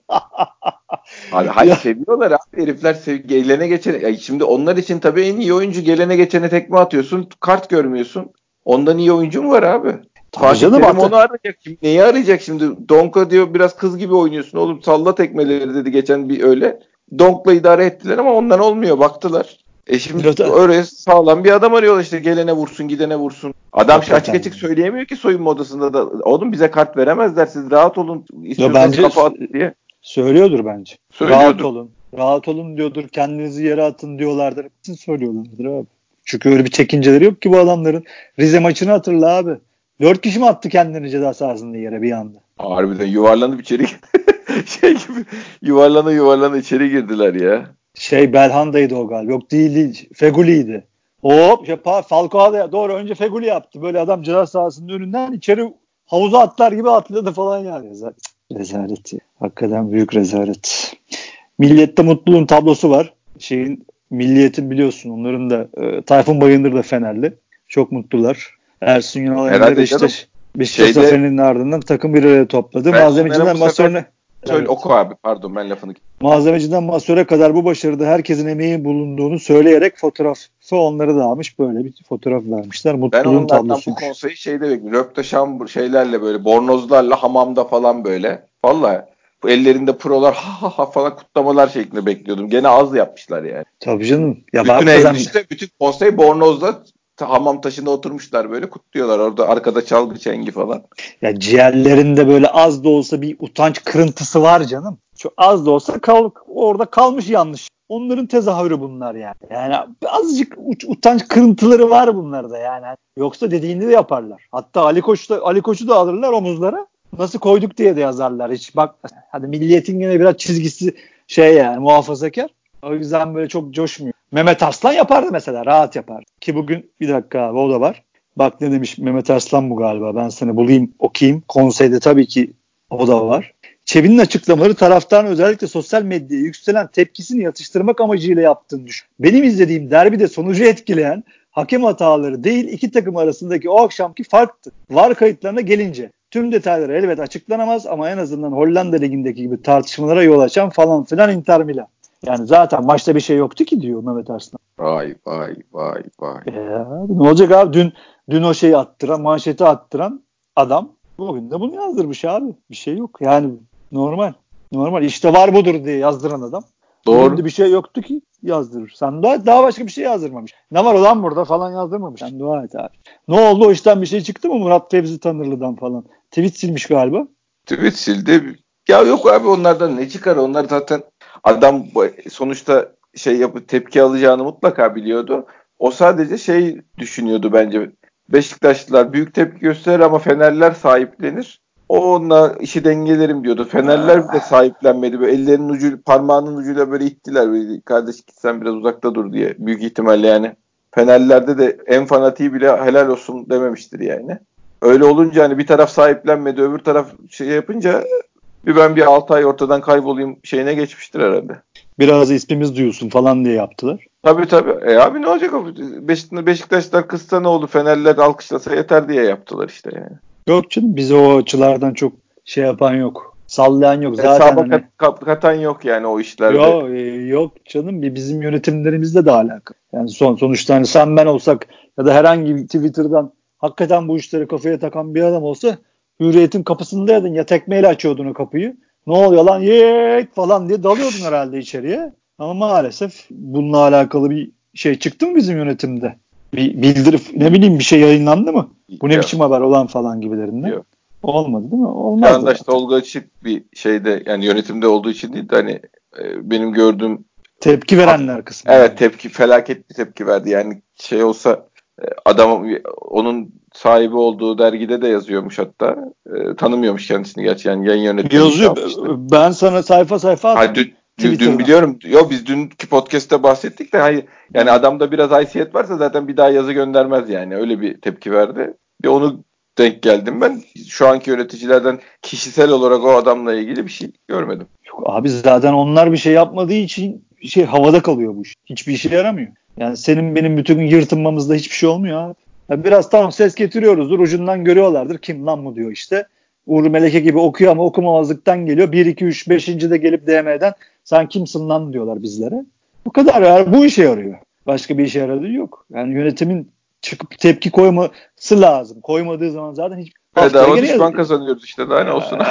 Abi, hayır Ya. seviyorlar abi herifler sev gelene geçene. Ya şimdi onlar için tabii en iyi oyuncu gelene geçene tekme atıyorsun, kart görmüyorsun. Ondan iyi oyuncu mu var abi? Tabii Fatih canım, Terim hatta onu arayacak. Şimdi neyi arayacak şimdi? Donka diyor biraz kız gibi oynuyorsun oğlum, salla tekmeleri dedi geçen bir öyle. Donk'la idare ettiler ama ondan olmuyor, baktılar. E şimdi pilota öyle sağlam bir adam arıyorlar işte, gelene vursun gidene vursun. Adam şu açık hakikaten. açık söyleyemiyor ki soyunma odasında da. Oğlum bize kart veremezler, siz rahat olun, Ya istiyorsanız bence kafa at diye. söylüyordur bence. Rahat Söylüyordur. olun. Rahat olun diyordur. Kendinizi yere atın diyorlardır. Hepsini söylüyorlardır abi. Çünkü öyle bir çekinceleri yok ki bu adamların. Rize maçını hatırla abi. Dört kişi mi attı kendini ceza sahasında yere bir anda? Harbiden yuvarlanıp içeri şey gibi yuvarlana yuvarlana içeri girdiler ya. Şey, Belhanda'ydı o galiba. Yok, değil değil. Feguli'ydi. Hop şey, Falcao da doğru önce Feguli yaptı. Böyle adam ceza sahasının önünden içeri havuza atlar gibi atladı falan yani. Rezalet, rezalet ya. Hakikaten büyük rezalet. Milliyette mutluluğun tablosu var. Şeyin, Milliyet'in biliyorsun, onların da e, Tayfun Bayındır da Fenerli. Çok mutlular. Ersun Yanal Emre Herhalde canım. Beşiktaş Beşiktaş Şeyde zaferinin ardından takım bir araya topladı. ben onlara Malzemecinden bu sefer masörüne söyle evet. oku abi, pardon ben lafını. Malzemeciden masöre kadar bu başarıda herkesin emeği bulunduğunu söyleyerek fotoğrafı onları da almış. Böyle bir fotoğraf vermişler. Ben Mutluluğun onlardan bu tablosuymuş. konseyi şeyde bekliyorum. Röpte şam şeylerle böyle bornozlarla hamamda falan böyle. Vallahi bu ellerinde prolar ha ha ha falan kutlamalar şeklinde bekliyordum. Gene az yapmışlar yani. Tabii canım. Ya Bütün hakikaten ev işte bütün konsey bornozda hamam taşında oturmuşlar böyle kutluyorlar. Orada arkada çalgı çengi falan. ya ciğerlerinde böyle az da olsa bir utanç kırıntısı var canım. Çok az da olsa kal, orada kalmış yanlış. Onların tezahürü bunlar yani. Yani azıcık utanç kırıntıları var bunlarda yani. Yoksa dediğini de yaparlar. Hatta Ali Koç da, Ali Koç'u da alırlar omuzlara. Nasıl koyduk diye de yazarlar. Hiç bak, hadi Milliyet'in yine biraz çizgisi şey yani muhafazakar. O yüzden böyle çok coşmuyor. Mehmet Arslan yapardı mesela. Rahat yapar. Ki bugün bir dakika abi, o da var. Bak ne demiş Mehmet Arslan bu galiba. Ben seni bulayım okuyayım. Konseyde tabii ki o da var. Çebi'nin açıklamaları taraftarın özellikle sosyal medyaya yükselen tepkisini yatıştırmak amacıyla yaptığını düşün. Benim izlediğim derbide sonucu etkileyen hakem hataları değil, iki takım arasındaki o akşamki farktı. VAR kayıtlarına gelince tüm detayları elbet açıklanamaz ama en azından Hollanda Ligi'ndeki gibi tartışmalara yol açan falan filan Inter Milan. Yani zaten maçta bir şey yoktu ki diyor Mehmet Arslan. Vay vay vay vay. Ee, abi, ne olacak abi? Dün dün o şeyi attıran, manşeti attıran adam bugün de bunu yazdırmış abi. Bir şey yok. Yani normal. Normal. İşte var budur diye yazdıran adam. Bugün de Doğru. bir şey yoktu ki yazdırır. Sen daha, daha başka bir şey yazdırmamış. Ne var olan burada falan yazdırmamış. Sen dua et abi. Ne oldu? O işten bir şey çıktı mı Murat Fevzi Tanırlı'dan falan? Tweet silmiş galiba. Tweet sildi. Ya yok abi, onlardan ne çıkar? Onlar zaten adam sonuçta şey yapıp tepki alacağını mutlaka biliyordu. O sadece şey düşünüyordu bence. Beşiktaşlılar büyük tepki gösterir ama Fenerler sahiplenir. O onunla işi dengelerim diyordu. Fenerler bile sahiplenmedi. Böyle ellerinin ucu, parmağının ucuyla böyle ittiler. Böyle, kardeş git sen biraz uzakta dur diye. Büyük ihtimalle yani. Fenerlerde de en fanatiği bile helal olsun dememiştir yani. Öyle olunca hani bir taraf sahiplenmedi, öbür taraf şey yapınca bir ben bir altı ay ortadan kaybolayım şeyine geçmiştir herhalde. Biraz ismimiz duyulsun falan diye yaptılar. Tabii tabii. E abi ne olacak o? Beş, Beşiktaşlar kızsa ne oldu? Fenerler alkışlasa yeter diye yaptılar işte yani. Yok canım, bize o açılardan çok şey yapan yok. Sallayan yok. Zaten Hesaba hani kat, kat, katan yok yani o işlerde. Yok, yok canım, bir bizim yönetimlerimizle de alakalı. Yani son sonuçta hani sen ben olsak ya da herhangi bir Twitter'dan hakikaten bu işleri kafaya takan bir adam olsa Hürriyet'in kapısındaydın ya, tekmeyle açıyordun o kapıyı. Ne oluyor lan yeek falan diye dalıyordun herhalde içeriye. Ama maalesef bununla alakalı bir şey çıktı mı bizim yönetimde? Bir bildiri, ne bileyim, bir şey yayınlandı mı? Bu ne Yok. biçim haber olan falan gibilerinden. Yok. Olmadı değil mi? Olmaz da Çağdaş zaten. Tolga Işık bir şeyde yani yönetimde olduğu için değil de hani e, benim gördüğüm Tepki verenler evet kısmında. tepki felaket bir tepki verdi. Yani şey olsa e, adam onun sahibi olduğu dergide de yazıyormuş hatta. E, tanımıyormuş kendisini gerçi yani yayın yönetmeni şey Yazıyor. yapmıştı. Ben sana sayfa sayfa Ha, attım dün, dün, dün Twitter'dan. biliyorum. Yo biz dünkü podcast'te bahsettik de hayır yani Ha. adamda biraz haysiyet varsa zaten bir daha yazı göndermez yani. Öyle bir tepki verdi. Bir onu denk geldim ben. Şu anki yöneticilerden kişisel olarak o adamla ilgili bir şey görmedim. Yok abi, zaten onlar bir şey yapmadığı için şey havada kalıyor bu iş. Hiçbir işe yaramıyor. Yani senin benim bütün gün yırtınmamızda hiçbir şey olmuyor abi. Ya biraz tamam ses getiriyoruzdur. Ucundan görüyorlardır. Kim lan mı diyor işte. Uğur Meleke gibi okuyor ama okumamazlıktan geliyor. bir iki üç beşinci de gelip D M'den sen kimsin lan diyorlar bizlere. Bu kadar yani, bu işe yarıyor. Başka bir işe yaradığı yok. Yani yönetimin çıkıp tepki koyması lazım. Koymadığı zaman zaten hiç haftaya Bedava gene düşman kazanıyoruz işte, daha ne olsun.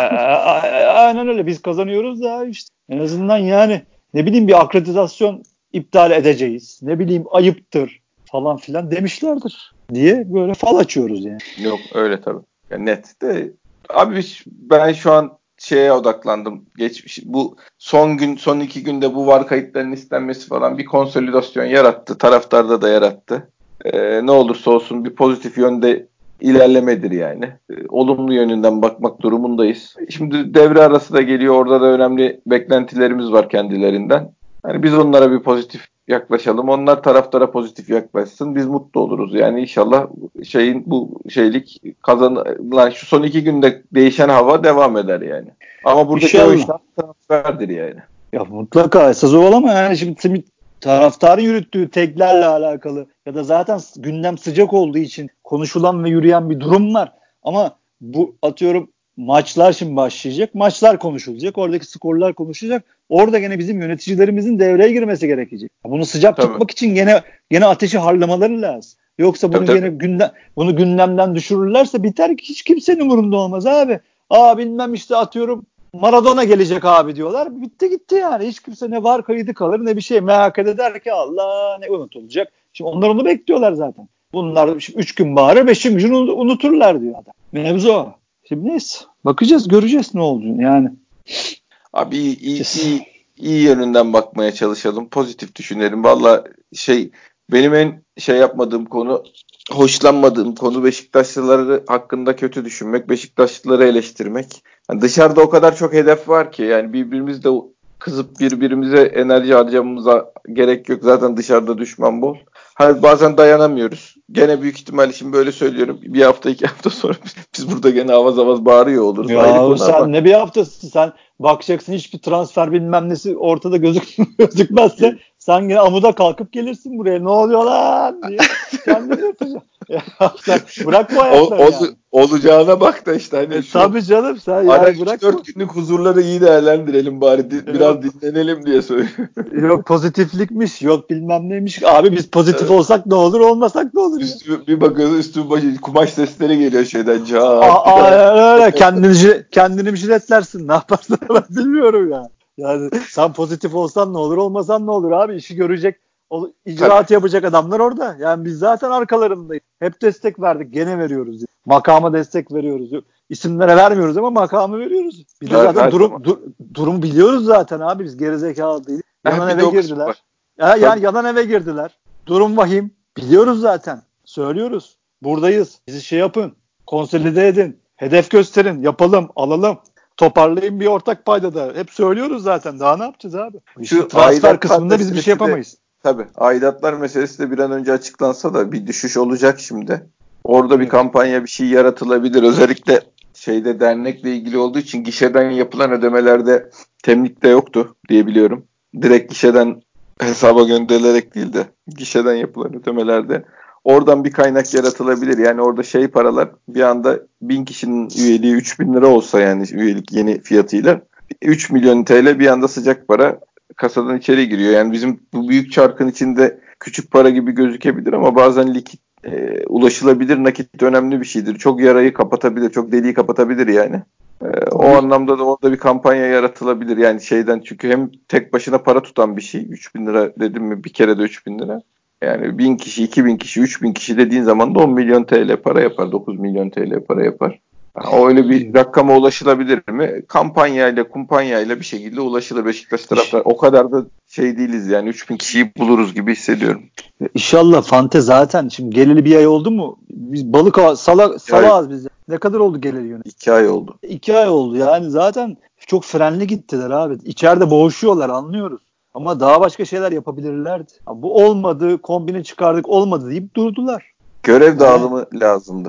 aynen öyle, biz kazanıyoruz da işte en azından yani ne bileyim bir akreditasyon iptal edeceğiz. Ne bileyim ayıptır falan filan demişlerdir diye böyle fal açıyoruz yani. Yok öyle tabii. Yani net de abi biz, ben şu an şeye odaklandım. Geçmiş bu son gün son iki günde bu var kayıtlarının istenmesi falan bir konsolidasyon yarattı. Taraftarda da yarattı. Ee, ne olursa olsun bir pozitif yönde ilerlemedir yani. Ee, olumlu yönünden bakmak durumundayız. Şimdi devre arası da geliyor. Orada da önemli beklentilerimiz var kendilerinden. Yani biz onlara bir pozitif yaklaşalım. Onlar taraftara pozitif yaklaşsın. Biz mutlu oluruz. Yani inşallah şeyin bu şeylik kazanılan şu son iki günde değişen hava devam eder yani. Ama buradaki o işlem transferdir yani. Ya mutlaka esas o ama yani şimdi taraftarın yürüttüğü teklerle alakalı ya da zaten gündem sıcak olduğu için konuşulan ve yürüyen bir durum var. Ama bu atıyorum maçlar şimdi başlayacak. Maçlar konuşulacak. Oradaki skorlar konuşulacak. Orada gene bizim yöneticilerimizin devreye girmesi gerekecek. Bunu sıcak Tabii. tutmak için gene gene ateşi harlamaları lazım. Yoksa bunu tabii, gene gündem bunu gündemden düşürürlerse biter ki hiç kimsenin umurunda olmaz abi. Aa bilmem işte atıyorum Maradona gelecek abi diyorlar. Bitti gitti yani. Hiç kimse ne var kaydı kalır ne bir şey. M H K'de der ki Allah ne unutulacak. Şimdi onlar onu bekliyorlar zaten. Bunlar üç gün bağırır beşinci gün unuturlar diyor adam. Mevzu o. Şimdi neyse. Bakacağız göreceğiz ne olduğunu yani. Abi iyi, iyi, iyi, iyi yönünden bakmaya çalışalım. Pozitif düşünelim. Valla şey benim en şey yapmadığım konu, hoşlanmadığım konu Beşiktaşlıları hakkında kötü düşünmek, Beşiktaşlıları eleştirmek. Yani dışarıda o kadar çok hedef var ki yani birbirimizle kızıp birbirimize enerji harcamamıza gerek yok. Zaten dışarıda düşman bol. Hani bazen dayanamıyoruz. Gene büyük ihtimalle şimdi böyle söylüyorum. Bir hafta iki hafta sonra biz burada gene avaz avaz bağırıyor oluruz. Ya Ayrı konu sen ama. ne bir haftası sen bakacaksın hiçbir transfer bilmem nesi ortada gözük gözükmezse sen yine amuda kalkıp gelirsin buraya ne oluyor lan diye kendini yapacaksın. Ya sen bırak bu ayakları Ol, yani. Olacağına bak da işte hani E, şu tabii canım sen ara yani bırak üç dört günlük huzurları iyi değerlendirelim bari. Di- biraz yok, dinlenelim diye söylüyorum. yok pozitiflikmiş yok bilmem neymiş. Abi biz pozitif olsak ne olur olmasak ne olur ya. Üstü, bir bakıyoruz üstü başı kumaş sesleri geliyor şeyden. Cart, bir tane. Aa, öyle kendini, kendini jiletlersin ne yaparsın ben bilmiyorum ya. Yani sen pozitif olsan ne olur olmasan ne olur abi işi görecek icraat Tabii. yapacak adamlar orada. Yani biz zaten arkalarındayız. Hep destek verdik gene veriyoruz. Makama destek veriyoruz. İsimlere vermiyoruz ama makamı veriyoruz. Bir de Her, zaten her durum zaman. dur, durumu biliyoruz zaten abi biz gerizekalı değiliz. Yanan Bir de eve o kısmı girdiler. var. Ya, yani Tabii. yanan eve girdiler. Durum vahim. Biliyoruz zaten. Söylüyoruz. Buradayız. Bizi şey yapın. Konsolide edin. Hedef gösterin. Yapalım. Alalım. Toparlayın bir ortak paydada. Hep söylüyoruz zaten. Daha ne yapacağız abi? İşte Şu transfer aidatlar kısmında biz bir şey meselesi de yapamayız. tabii aidatlar meselesi de bir an önce açıklansa da bir düşüş olacak şimdi. Orada bir Evet. kampanya bir şey yaratılabilir. Özellikle şeyde dernekle ilgili olduğu için gişeden yapılan ödemelerde temlik de yoktu diye biliyorum. Direkt gişeden hesaba gönderilerek değil de gişeden yapılan ödemelerde oradan bir kaynak yaratılabilir. Yani orada şey paralar bir anda bin kişinin üyeliği üç bin lira olsa yani üyelik yeni fiyatıyla üç milyon T L bir anda sıcak para kasadan içeri giriyor. Yani bizim bu büyük çarkın içinde küçük para gibi gözükebilir ama bazen likit e, ulaşılabilir nakit önemli bir şeydir. Çok yarayı kapatabilir, çok deliği kapatabilir yani. E, o anlamda da orada bir kampanya yaratılabilir. Yani şeyden çünkü hem tek başına para tutan bir şey. üç bin lira dedim mi bir kere de üç bin lira. Yani bin kişi, iki bin kişi, üç bin kişi dediğin zaman da on milyon T L para yapar, dokuz milyon T L para yapar. O öyle bir rakama ulaşılabilir mi? Kampanyayla, kumpanyayla bir şekilde ulaşılır. Beşiktaş taraftar o kadar da şey değiliz yani üç bin kişiyi buluruz gibi hissediyorum. İnşallah Fante zaten şimdi geleli bir ay oldu mu? Biz balık ağa, sala, salağız biz. Ne kadar oldu geleli yönet? İki ay oldu. İki ay oldu yani zaten çok frenli gittiler abi. İçeride boğuşuyorlar anlıyoruz. Ama daha başka şeyler yapabilirlerdi. Bu olmadı, kombine çıkardık olmadı deyip durdular. Görev Yani dağılımı lazımdı.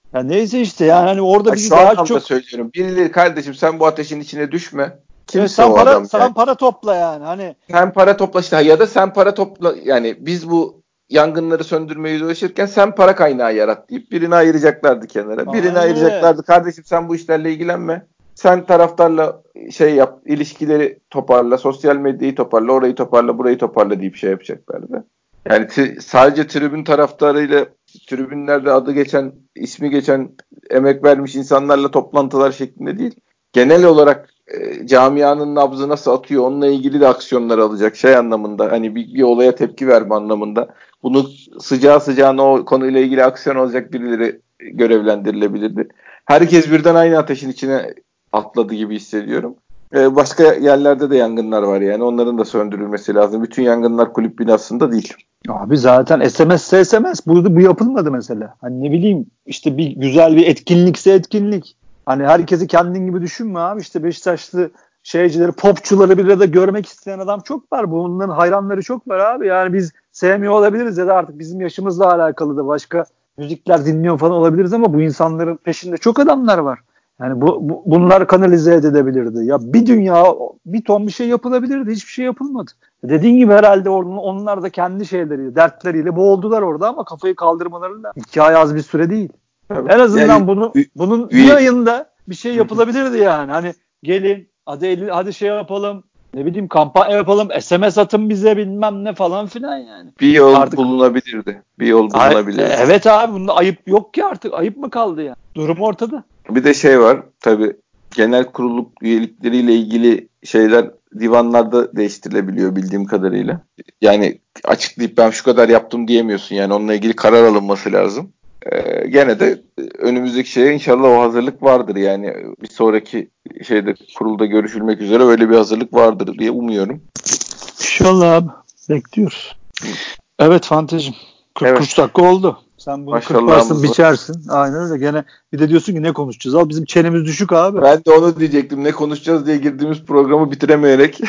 Ya neyse işte yani hani orada Ya bizi şu daha anlamda çok söylüyorum. Birileri kardeşim sen bu ateşin içine düşme. e, Kimse sen o para adam yani. sen para topla yani hani Sen para topla işte ya da sen para topla yani biz bu yangınları söndürmeye uğraşırken sen para kaynağı yarat deyip birini ayıracaklardı kenara. Birini aynen öyle. ayıracaklardı. Kardeşim sen bu işlerle ilgilenme. Sen taraftarla şey yap, ilişkileri toparla, sosyal medyayı toparla, orayı toparla, burayı toparla deyip şey yapacaklardı. Yani t- sadece tribün taraftarıyla tribünlerde adı geçen, ismi geçen, emek vermiş insanlarla toplantılar şeklinde değil. Genel olarak e, camianın nabzı nasıl atıyor onunla ilgili de aksiyonlar alacak şey anlamında. Hani bir, bir olaya tepki verme anlamında. Bunu sıcağı sıcağına o konuyla ilgili aksiyon alacak birileri görevlendirilebilirdi. Herkes birden aynı ateşin içine atladı gibi hissediyorum. Ee, başka yerlerde de yangınlar var yani. Onların da söndürülmesi lazım. Bütün yangınlar kulüp binasında değil. Abi zaten S M S S M S bu, bu yapılmadı mesela. Hani ne bileyim işte bir güzel bir etkinlikse etkinlik. Hani herkesi kendin gibi düşünme abi. İşte Beşiktaşlı şeycileri, popçuları bile de görmek isteyen adam çok var. Bunların hayranları çok var abi. Yani biz sevmiyor olabiliriz ya da artık bizim yaşımızla alakalı da başka müzikler dinliyor falan olabiliriz ama bu insanların peşinde çok adamlar var. Yani bu, bu bunlar kanalize edilebilirdi. Ya bir dünya bir ton bir şey yapılabilirdi. Hiçbir şey yapılmadı. Dediğin gibi herhalde onlar da kendi şeyleriyle, dertleriyle boğuldular orada ama kafayı kaldırmalarıyla hikaye az bir süre değil. Tabii. En azından Yani bunu ü- bunun bir üye ayında bir şey yapılabilirdi yani. Hani gelin hadi el, hadi şey yapalım. Ne bileyim kampanya yapalım. S M S atın bize bilmem ne falan filan yani. bir yol Artık bulunabilirdi. Bir yol ay, bulunabilirdi. evet abi bunda ayıp yok ki artık. Ayıp mı kaldı yani? Durum ortada. Bir de şey var tabii genel kurulu üyelikleriyle ilgili şeyler divanlarda değiştirilebiliyor bildiğim kadarıyla. Yani açıklayıp ben şu kadar yaptım diyemiyorsun yani onunla ilgili karar alınması lazım. Ee, gene de önümüzdeki şeye inşallah o hazırlık vardır yani bir sonraki şeyde kurulda görüşülmek üzere öyle bir hazırlık vardır diye umuyorum. İnşallah abi. Bekliyoruz. Evet Fantezim. kırk kırk Evet dakika oldu. Sen bunu kırparsın, maşallahımız var. biçersin. Aynen öyle. Gene bir de diyorsun ki ne konuşacağız? Al bizim çenemiz düşük abi. Ben de onu diyecektim ne konuşacağız diye girdiğimiz programı bitiremeyerek.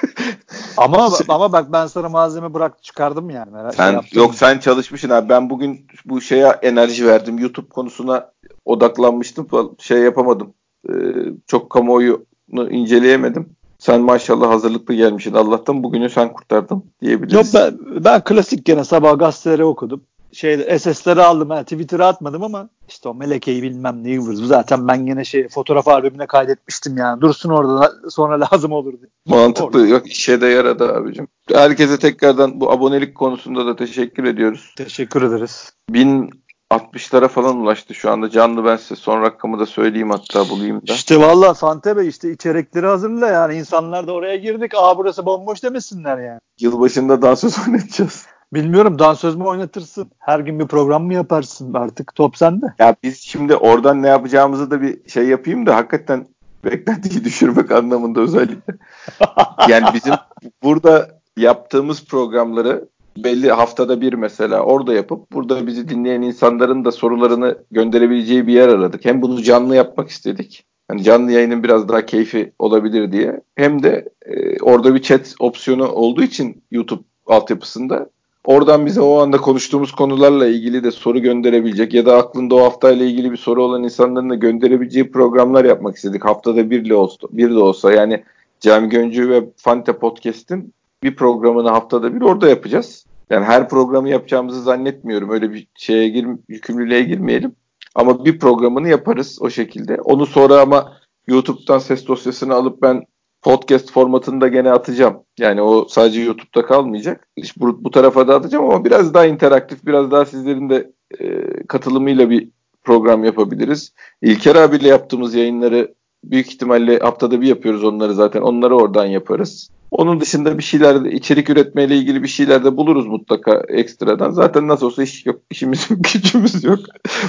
Ama ama bak ben sana malzeme bırak çıkardım yani. Merak- Şey Sen yaptım yok mı? sen çalışmışsın abi. Ben bugün bu şeye enerji verdim. YouTube konusuna odaklanmıştım. Şey yapamadım. Ee, çok kamuoyunu inceleyemedim. Sen maşallah hazırlıklı gelmişsin. Allah'tan bugünü sen kurtardın Yok diyebiliriz. ben, ben klasik gene sabah gazeteleri okudum. Şeyde S S'leri aldım. Ha, Twitter'a atmadım ama işte o melekeyi bilmem neyi vurdu. Zaten ben gene şey fotoğraf albümüne kaydetmiştim yani. Dursun orada sonra lazım olur diye. Mantıklı. Oradan. Yok işe de yaradı abicim. Herkese tekrardan bu abonelik konusunda da teşekkür ediyoruz. Teşekkür ederiz. bin altmışlara falan ulaştı şu anda. Canlı ben size son rakamı da söyleyeyim hatta bulayım da. İşte valla Fante Bey işte içerikleri hazırla yani insanlar da oraya girdik. Aa burası bomboş demesinler yani. Yılbaşında dansöz oynatacağız. Bilmiyorum dansöz mü oynatırsın? Her gün bir program mı yaparsın? Artık top sende. Ya biz şimdi oradan ne yapacağımızı da bir şey yapayım da hakikaten beklentiyi düşürmek anlamında özellikle. Yani bizim burada yaptığımız programları belli haftada bir mesela orada yapıp burada bizi dinleyen insanların da sorularını gönderebileceği bir yer aradık. Hem bunu canlı yapmak istedik. Hani canlı yayının biraz daha keyfi olabilir diye. Hem de e, orada bir chat opsiyonu olduğu için YouTube altyapısında oradan bize o anda konuştuğumuz konularla ilgili de soru gönderebilecek ya da aklında o haftayla ilgili bir soru olan insanların da gönderebileceği programlar yapmak istedik. Haftada bir de olsa, bir de olsa yani Cem Göncü ve Fante Podcast'in bir programını haftada bir orada yapacağız. Yani her programı yapacağımızı zannetmiyorum. Öyle bir şeye gir, yükümlülüğe girmeyelim. Ama bir programını yaparız o şekilde. Onu sonra ama YouTube'dan ses dosyasını alıp ben podcast formatında gene atacağım. Yani o sadece YouTube'da kalmayacak. İşte bu, bu tarafa da atacağım ama biraz daha interaktif, biraz daha sizlerin de e, katılımıyla bir program yapabiliriz. İlker abiyle yaptığımız yayınları büyük ihtimalle haftada bir yapıyoruz onları zaten. Onları oradan yaparız. Onun dışında bir şeyler, içerik üretmeyle ilgili bir şeyler de buluruz mutlaka ekstradan. Zaten nasıl olsa iş yok, işimiz yok, gücümüz yok.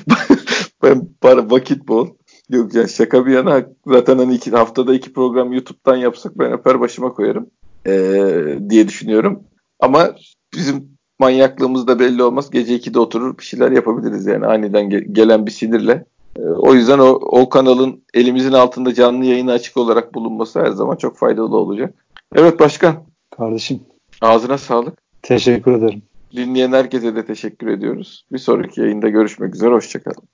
Ben para, vakit bol. Yok ya şaka bir yana zaten hani iki, haftada iki program YouTube'dan yapsak ben öper başıma koyarım ee, diye düşünüyorum. Ama bizim manyaklığımız da belli olmaz. Gece ikide oturur bir şeyler yapabiliriz yani aniden ge- gelen bir sinirle. Ee, o yüzden o, o kanalın elimizin altında canlı yayını açık olarak bulunması her zaman çok faydalı olacak. Evet başkan Kardeşim ağzına sağlık. teşekkür ederim. Dinleyen herkese de teşekkür ediyoruz. Bir sonraki yayında görüşmek üzere. Hoşçakalın.